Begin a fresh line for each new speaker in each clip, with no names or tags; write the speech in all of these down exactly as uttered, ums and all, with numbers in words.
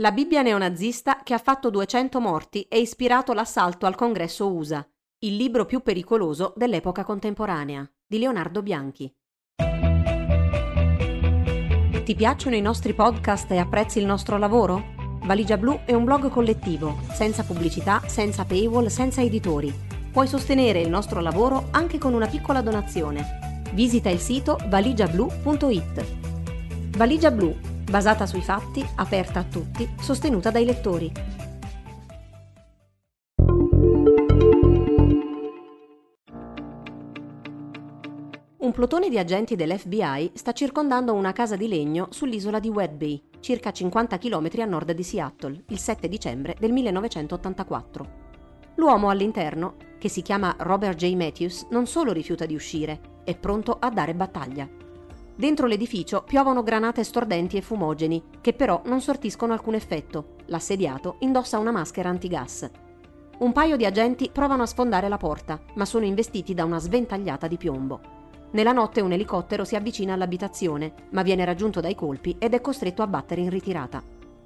La Bibbia neonazista che ha fatto duecento morti e ispirato l'assalto al Congresso U S A, il libro più pericoloso dell'epoca contemporanea, di Leonardo Bianchi. Ti piacciono i nostri podcast e apprezzi il nostro lavoro? Valigia Blu è un blog collettivo, senza pubblicità, senza paywall, senza editori. Puoi sostenere il nostro lavoro anche con una piccola donazione. Visita il sito valigia blu punto it. Valigia Blu, basata sui fatti, aperta a tutti, sostenuta dai lettori. Un plotone di agenti dell'F B I sta circondando una casa di legno sull'isola di Whidbey, circa cinquanta chilometri a nord di Seattle, il sette dicembre del millenovecentottantaquattro. L'uomo all'interno, che si chiama Robert J. Matthews, non solo rifiuta di uscire, è pronto a dare battaglia. Dentro l'edificio piovono granate stordenti e fumogeni, che però non sortiscono alcun effetto. L'assediato indossa una maschera antigas. Un paio di agenti provano a sfondare la porta, ma sono investiti da una sventagliata di piombo. Nella notte un elicottero si avvicina all'abitazione, ma viene raggiunto dai colpi ed è costretto a battere in ritirata.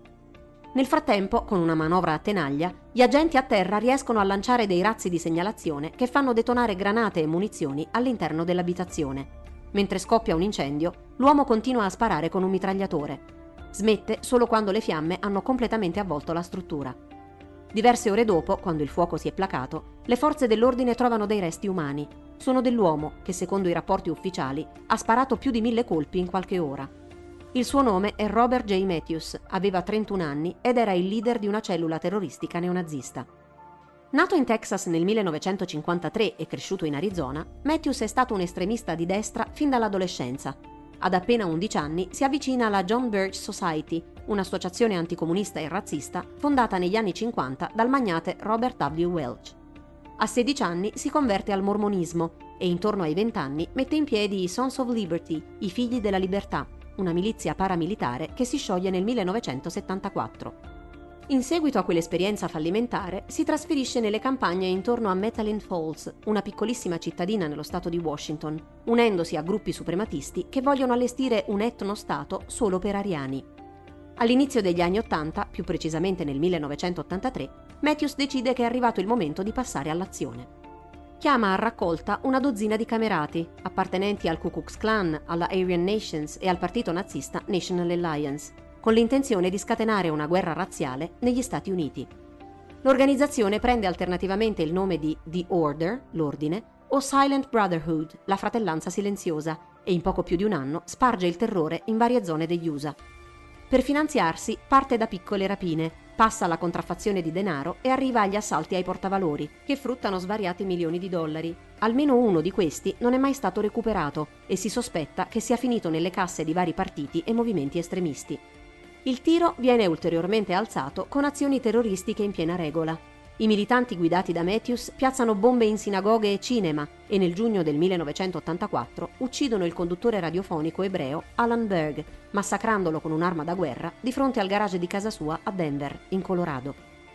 Nel frattempo, con una manovra a tenaglia, gli agenti a terra riescono a lanciare dei razzi di segnalazione che fanno detonare granate e munizioni all'interno dell'abitazione. Mentre scoppia un incendio, l'uomo continua a sparare con un mitragliatore. Smette solo quando le fiamme hanno completamente avvolto la struttura. Diverse ore dopo, quando il fuoco si è placato, le forze dell'ordine trovano dei resti umani. Sono dell'uomo che, secondo i rapporti ufficiali, ha sparato più di mille colpi in qualche ora. Il suo nome è Robert J. Matthews, aveva trentuno anni ed era il leader di una cellula terroristica neonazista. Nato in Texas nel millenovecentocinquantatré e cresciuto in Arizona, Matthews è stato un estremista di destra fin dall'adolescenza. Ad appena undici anni si avvicina alla John Birch Society, un'associazione anticomunista e razzista fondata negli anni cinquanta dal magnate Robert W. Welch. A sedici anni si converte al mormonismo e intorno ai venti anni mette in piedi i Sons of Liberty, i Figli della Libertà, una milizia paramilitare che si scioglie nel millenovecentosettantaquattro. In seguito a quell'esperienza fallimentare si trasferisce nelle campagne intorno a Metaline Falls, una piccolissima cittadina nello stato di Washington, unendosi a gruppi suprematisti che vogliono allestire un etnostato solo per ariani. All'inizio degli anni Ottanta, più precisamente nel millenovecentottantatré, Matthews decide che è arrivato il momento di passare all'azione. Chiama a raccolta una dozzina di camerati, appartenenti al Ku Klux Klan, alla Aryan Nations e al partito nazista National Alliance, con l'intenzione di scatenare una guerra razziale negli Stati Uniti. L'organizzazione prende alternativamente il nome di The Order, l'ordine, o Silent Brotherhood, la fratellanza silenziosa, e in poco più di un anno sparge il terrore in varie zone degli U S A. Per finanziarsi parte da piccole rapine, passa alla contraffazione di denaro e arriva agli assalti ai portavalori, che fruttano svariati milioni di dollari. Almeno uno di questi non è mai stato recuperato e si sospetta che sia finito nelle casse di vari partiti e movimenti estremisti. Il tiro viene ulteriormente alzato con azioni terroristiche in piena regola. I militanti guidati da Matthews piazzano bombe in sinagoghe e cinema e nel giugno del millenovecentottantaquattro uccidono il conduttore radiofonico ebreo Alan Berg, massacrandolo con un'arma da guerra di fronte al garage di casa sua a Denver, in Colorado.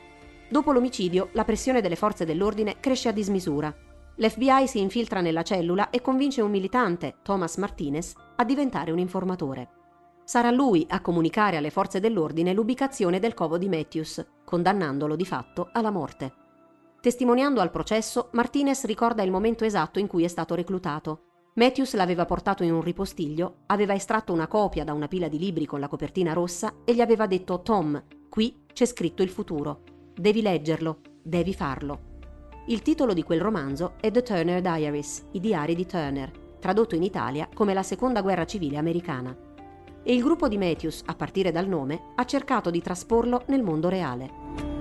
Dopo l'omicidio, la pressione delle forze dell'ordine cresce a dismisura. L'F B I si infiltra nella cellula e convince un militante, Thomas Martinez, a diventare un informatore. Sarà lui a comunicare alle forze dell'ordine l'ubicazione del covo di Matthews, condannandolo di fatto alla morte. Testimoniando al processo, Martinez ricorda il momento esatto in cui è stato reclutato. Matthews l'aveva portato in un ripostiglio, aveva estratto una copia da una pila di libri con la copertina rossa e gli aveva detto: «Tom, qui c'è scritto il futuro. Devi leggerlo, devi farlo». Il titolo di quel romanzo è The Turner Diaries, i diari di Turner, tradotto in Italia come La Seconda Guerra Civile Americana. E il gruppo di Matthews, a partire dal nome, ha cercato di trasporlo nel mondo reale.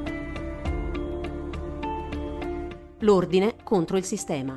L'ordine contro il sistema.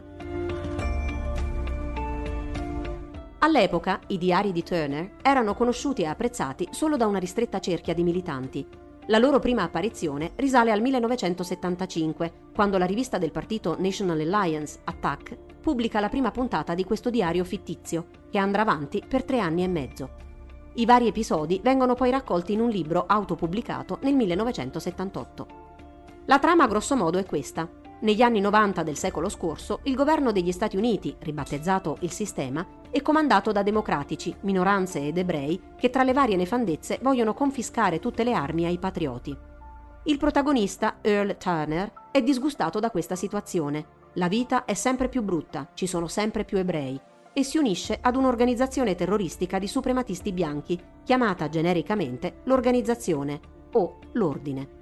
All'epoca, i diari di Turner erano conosciuti e apprezzati solo da una ristretta cerchia di militanti. La loro prima apparizione risale al millenovecentosettantacinque, quando la rivista del partito National Alliance, Attack, pubblica la prima puntata di questo diario fittizio, che andrà avanti per tre anni e mezzo. I vari episodi vengono poi raccolti in un libro autopubblicato nel millenovecentosettantotto. La trama grossomodo è questa. Negli anni novanta del secolo scorso, il governo degli Stati Uniti, ribattezzato il Sistema, è comandato da democratici, minoranze ed ebrei che tra le varie nefandezze vogliono confiscare tutte le armi ai patrioti. Il protagonista, Earl Turner, è disgustato da questa situazione. La vita è sempre più brutta, ci sono sempre più ebrei, e si unisce ad un'organizzazione terroristica di suprematisti bianchi, chiamata genericamente l'Organizzazione o l'Ordine.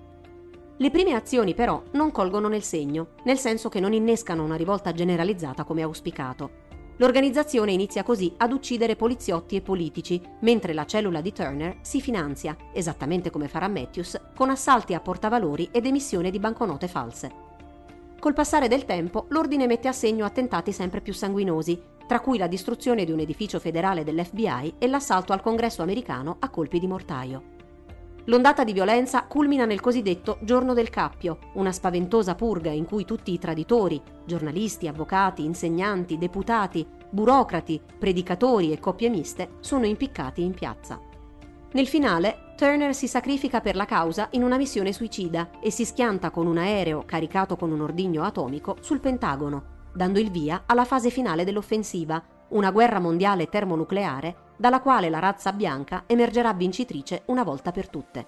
Le prime azioni però non colgono nel segno, nel senso che non innescano una rivolta generalizzata come auspicato. L'organizzazione inizia così ad uccidere poliziotti e politici, mentre la cellula di Turner si finanzia, esattamente come farà Matthews, con assalti a portavalori ed emissione di banconote false. Col passare del tempo, l'ordine mette a segno attentati sempre più sanguinosi, tra cui la distruzione di un edificio federale dell'F B I e l'assalto al Congresso americano a colpi di mortaio. L'ondata di violenza culmina nel cosiddetto Giorno del Cappio, una spaventosa purga in cui tutti i traditori, giornalisti, avvocati, insegnanti, deputati, burocrati, predicatori e coppie miste sono impiccati in piazza. Nel finale, Turner si sacrifica per la causa in una missione suicida e si schianta con un aereo caricato con un ordigno atomico sul Pentagono, dando il via alla fase finale dell'offensiva, una guerra mondiale termonucleare dalla quale la razza bianca emergerà vincitrice una volta per tutte.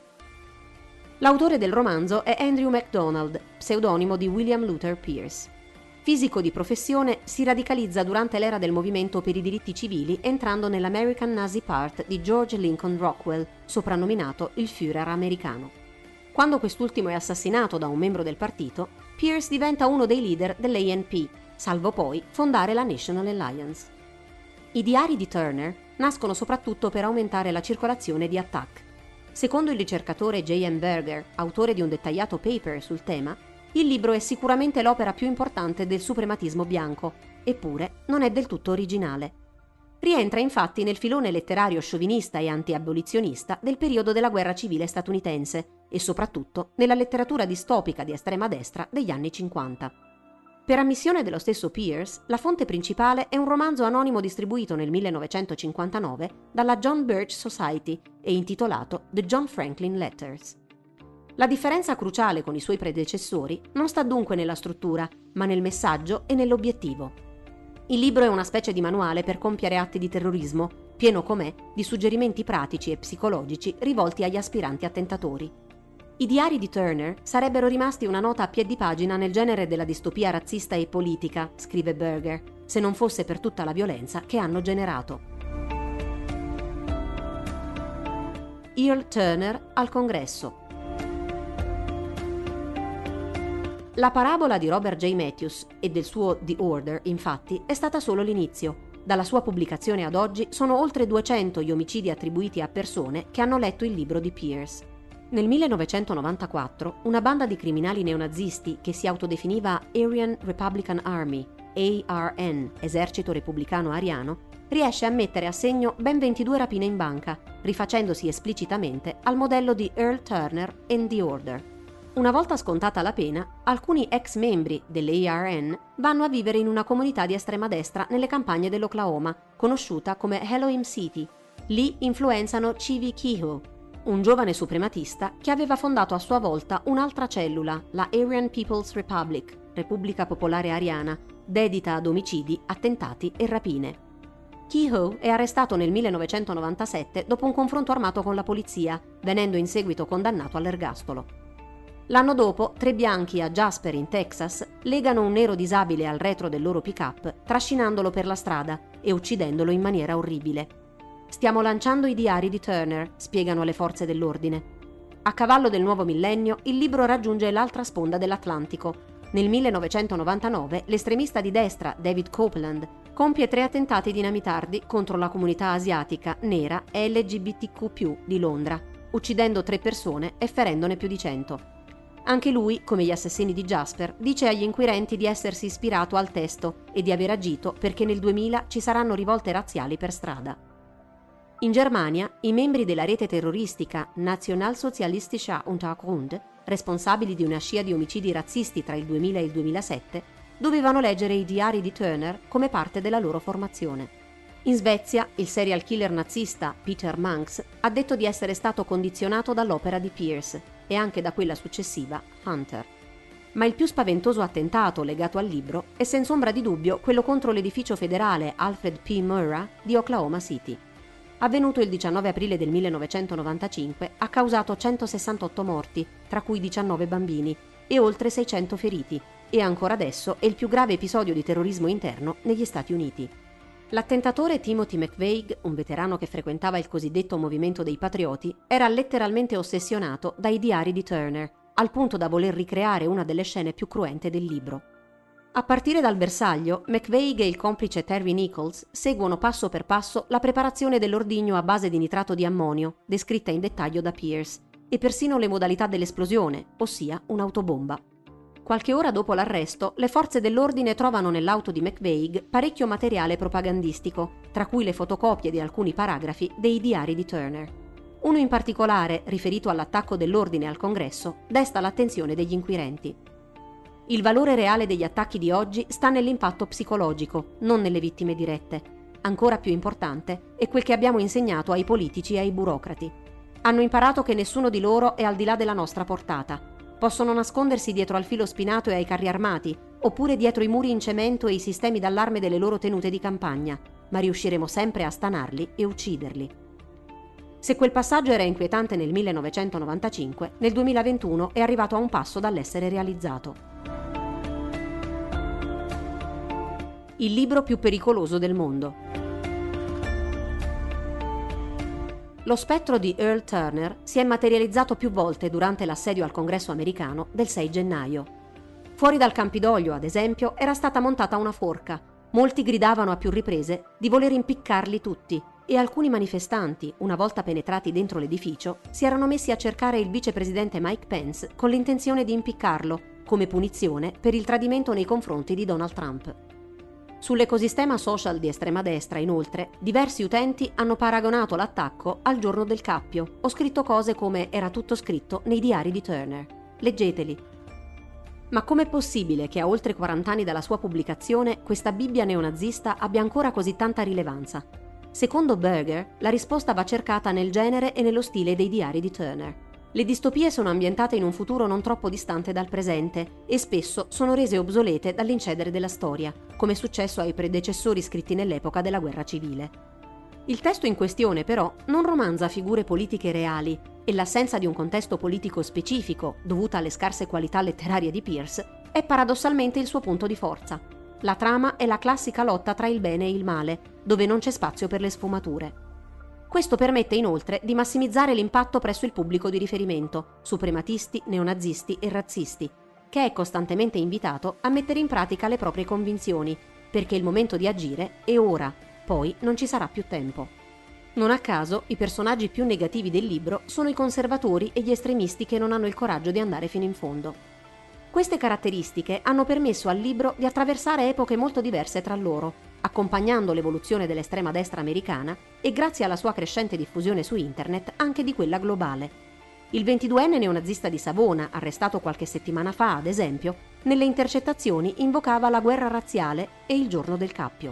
L'autore del romanzo è Andrew MacDonald, pseudonimo di William Luther Pierce. Fisico di professione, si radicalizza durante l'era del movimento per i diritti civili entrando nell'American Nazi Part di George Lincoln Rockwell, soprannominato il Führer americano. Quando quest'ultimo è assassinato da un membro del partito, Pierce diventa uno dei leader dell'A N P, salvo poi fondare la National Alliance. I diari di Turner nascono soprattutto per aumentare la circolazione di Attack. Secondo il ricercatore J M Berger, autore di un dettagliato paper sul tema, il libro è sicuramente l'opera più importante del suprematismo bianco, eppure non è del tutto originale. Rientra infatti nel filone letterario sciovinista e anti-abolizionista del periodo della guerra civile statunitense e soprattutto nella letteratura distopica di estrema destra degli anni cinquanta. Per ammissione dello stesso Pierce, la fonte principale è un romanzo anonimo distribuito nel millenovecentocinquantanove dalla John Birch Society e intitolato The John Franklin Letters. La differenza cruciale con i suoi predecessori non sta dunque nella struttura, ma nel messaggio e nell'obiettivo. Il libro è una specie di manuale per compiere atti di terrorismo, pieno com'è di suggerimenti pratici e psicologici rivolti agli aspiranti attentatori. I diari di Turner sarebbero rimasti una nota a piè di pagina nel genere della distopia razzista e politica, scrive Berger, se non fosse per tutta la violenza che hanno generato. Earl Turner al Congresso. La parabola di Robert J. Matthews e del suo The Order, infatti, è stata solo l'inizio. Dalla sua pubblicazione ad oggi sono oltre duecento gli omicidi attribuiti a persone che hanno letto il libro di Pierce. Nel millenovecentonovantaquattro, una banda di criminali neonazisti che si autodefiniva Aryan Republican Army, A R N, Esercito Repubblicano Ariano, riesce a mettere a segno ben ventidue rapine in banca, rifacendosi esplicitamente al modello di Earl Turner and the Order. Una volta scontata la pena, alcuni ex membri dell'A R N vanno a vivere in una comunità di estrema destra nelle campagne dell'Oklahoma, conosciuta come Elohim City. Lì influenzano C V Kehoe, un giovane suprematista che aveva fondato a sua volta un'altra cellula, la Aryan People's Republic, Repubblica Popolare Ariana, dedita ad omicidi, attentati e rapine. Kehoe è arrestato nel millenovecentonovantasette dopo un confronto armato con la polizia, venendo in seguito condannato all'ergastolo. L'anno dopo, tre bianchi a Jasper in Texas legano un nero disabile al retro del loro pick-up, trascinandolo per la strada e uccidendolo in maniera orribile. Stiamo lanciando i diari di Turner, spiegano alle forze dell'ordine. A cavallo del nuovo millennio, il libro raggiunge l'altra sponda dell'Atlantico. Nel millenovecentonovantanove, l'estremista di destra David Copeland compie tre attentati dinamitardi contro la comunità asiatica, nera e L G B T Q più di Londra, uccidendo tre persone e ferendone più di cento. Anche lui, come gli assassini di Jasper, dice agli inquirenti di essersi ispirato al testo e di aver agito perché nel duemila ci saranno rivolte razziali per strada. In Germania, i membri della rete terroristica Nationalsozialistischer Untergrund, responsabili di una scia di omicidi razzisti tra il duemila e il duemilasette, dovevano leggere i diari di Turner come parte della loro formazione. In Svezia, il serial killer nazista Peter Manx ha detto di essere stato condizionato dall'opera di Pierce e anche da quella successiva, Hunter. Ma il più spaventoso attentato legato al libro è senza ombra di dubbio quello contro l'edificio federale Alfred P. Murrah di Oklahoma City. Avvenuto il diciannove aprile del millenovecentonovantacinque, ha causato centosessantotto morti, tra cui diciannove bambini, e oltre seicento feriti, e ancora adesso è il più grave episodio di terrorismo interno negli Stati Uniti. L'attentatore Timothy McVeigh, un veterano che frequentava il cosiddetto movimento dei patrioti, era letteralmente ossessionato dai diari di Turner, al punto da voler ricreare una delle scene più cruente del libro. A partire dal bersaglio, McVeigh e il complice Terry Nichols seguono passo per passo la preparazione dell'ordigno a base di nitrato di ammonio, descritta in dettaglio da Pierce, e persino le modalità dell'esplosione, ossia un'autobomba. Qualche ora dopo l'arresto, le forze dell'ordine trovano nell'auto di McVeigh parecchio materiale propagandistico, tra cui le fotocopie di alcuni paragrafi dei diari di Turner. Uno in particolare, riferito all'attacco dell'ordine al Congresso, desta l'attenzione degli inquirenti. Il valore reale degli attacchi di oggi sta nell'impatto psicologico, non nelle vittime dirette. Ancora più importante è quel che abbiamo insegnato ai politici e ai burocrati. Hanno imparato che nessuno di loro è al di là della nostra portata. Possono nascondersi dietro al filo spinato e ai carri armati, oppure dietro i muri in cemento e i sistemi d'allarme delle loro tenute di campagna, ma riusciremo sempre a stanarli e ucciderli. Se quel passaggio era inquietante nel millenovecentonovantacinque, nel duemilaventuno è arrivato a un passo dall'essere realizzato. Il libro più pericoloso del mondo. Lo spettro di Earl Turner si è materializzato più volte durante l'assedio al Congresso americano del sei gennaio. Fuori dal Campidoglio, ad esempio, era stata montata una forca. Molti gridavano a più riprese di voler impiccarli tutti e alcuni manifestanti, una volta penetrati dentro l'edificio, si erano messi a cercare il vicepresidente Mike Pence con l'intenzione di impiccarlo, come punizione per il tradimento nei confronti di Donald Trump. Sull'ecosistema social di estrema destra, inoltre, diversi utenti hanno paragonato l'attacco al giorno del cappio o scritto cose come era tutto scritto nei diari di Turner. Leggeteli. Ma com'è possibile che a oltre quaranta anni dalla sua pubblicazione questa Bibbia neonazista abbia ancora così tanta rilevanza? Secondo Berger, la risposta va cercata nel genere e nello stile dei diari di Turner. Le distopie sono ambientate in un futuro non troppo distante dal presente e spesso sono rese obsolete dall'incedere della storia, come è successo ai predecessori scritti nell'epoca della guerra civile. Il testo in questione, però, non romanza figure politiche reali e l'assenza di un contesto politico specifico, dovuta alle scarse qualità letterarie di Pierce, è paradossalmente il suo punto di forza. La trama è la classica lotta tra il bene e il male, dove non c'è spazio per le sfumature. Questo permette inoltre di massimizzare l'impatto presso il pubblico di riferimento, suprematisti, neonazisti e razzisti, che è costantemente invitato a mettere in pratica le proprie convinzioni, perché il momento di agire è ora, poi non ci sarà più tempo. Non a caso, i personaggi più negativi del libro sono i conservatori e gli estremisti che non hanno il coraggio di andare fino in fondo. Queste caratteristiche hanno permesso al libro di attraversare epoche molto diverse tra loro, accompagnando l'evoluzione dell'estrema destra americana e grazie alla sua crescente diffusione su internet anche di quella globale. Il ventiduenne neonazista di Savona, arrestato qualche settimana fa, ad esempio, nelle intercettazioni invocava la guerra razziale e il giorno del cappio.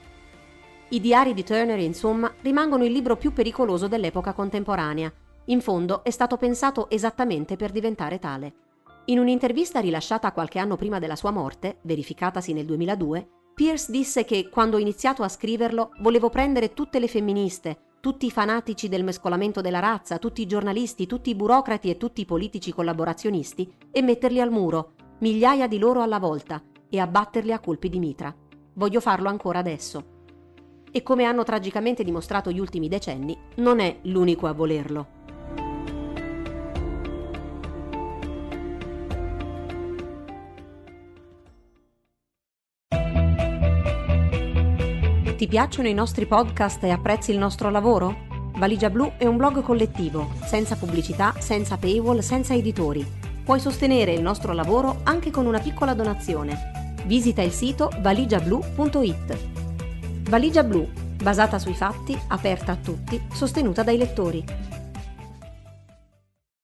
I diari di Turner, insomma, rimangono il libro più pericoloso dell'epoca contemporanea. In fondo è stato pensato esattamente per diventare tale. In un'intervista rilasciata qualche anno prima della sua morte, verificatasi nel duemiladue, Pierce disse che quando ho iniziato a scriverlo volevo prendere tutte le femministe, tutti i fanatici del mescolamento della razza, tutti i giornalisti, tutti i burocrati e tutti i politici collaborazionisti e metterli al muro, migliaia di loro alla volta, e abbatterli a colpi di mitra. Voglio farlo ancora adesso. E come hanno tragicamente dimostrato gli ultimi decenni, non è l'unico a volerlo. Ti piacciono i nostri podcast e apprezzi il nostro lavoro? Valigia Blu è un blog collettivo, senza pubblicità, senza paywall, senza editori. Puoi sostenere il nostro lavoro anche con una piccola donazione. Visita il sito valigiablu punto it. Valigia Blu, basata sui fatti, aperta a tutti, sostenuta dai lettori.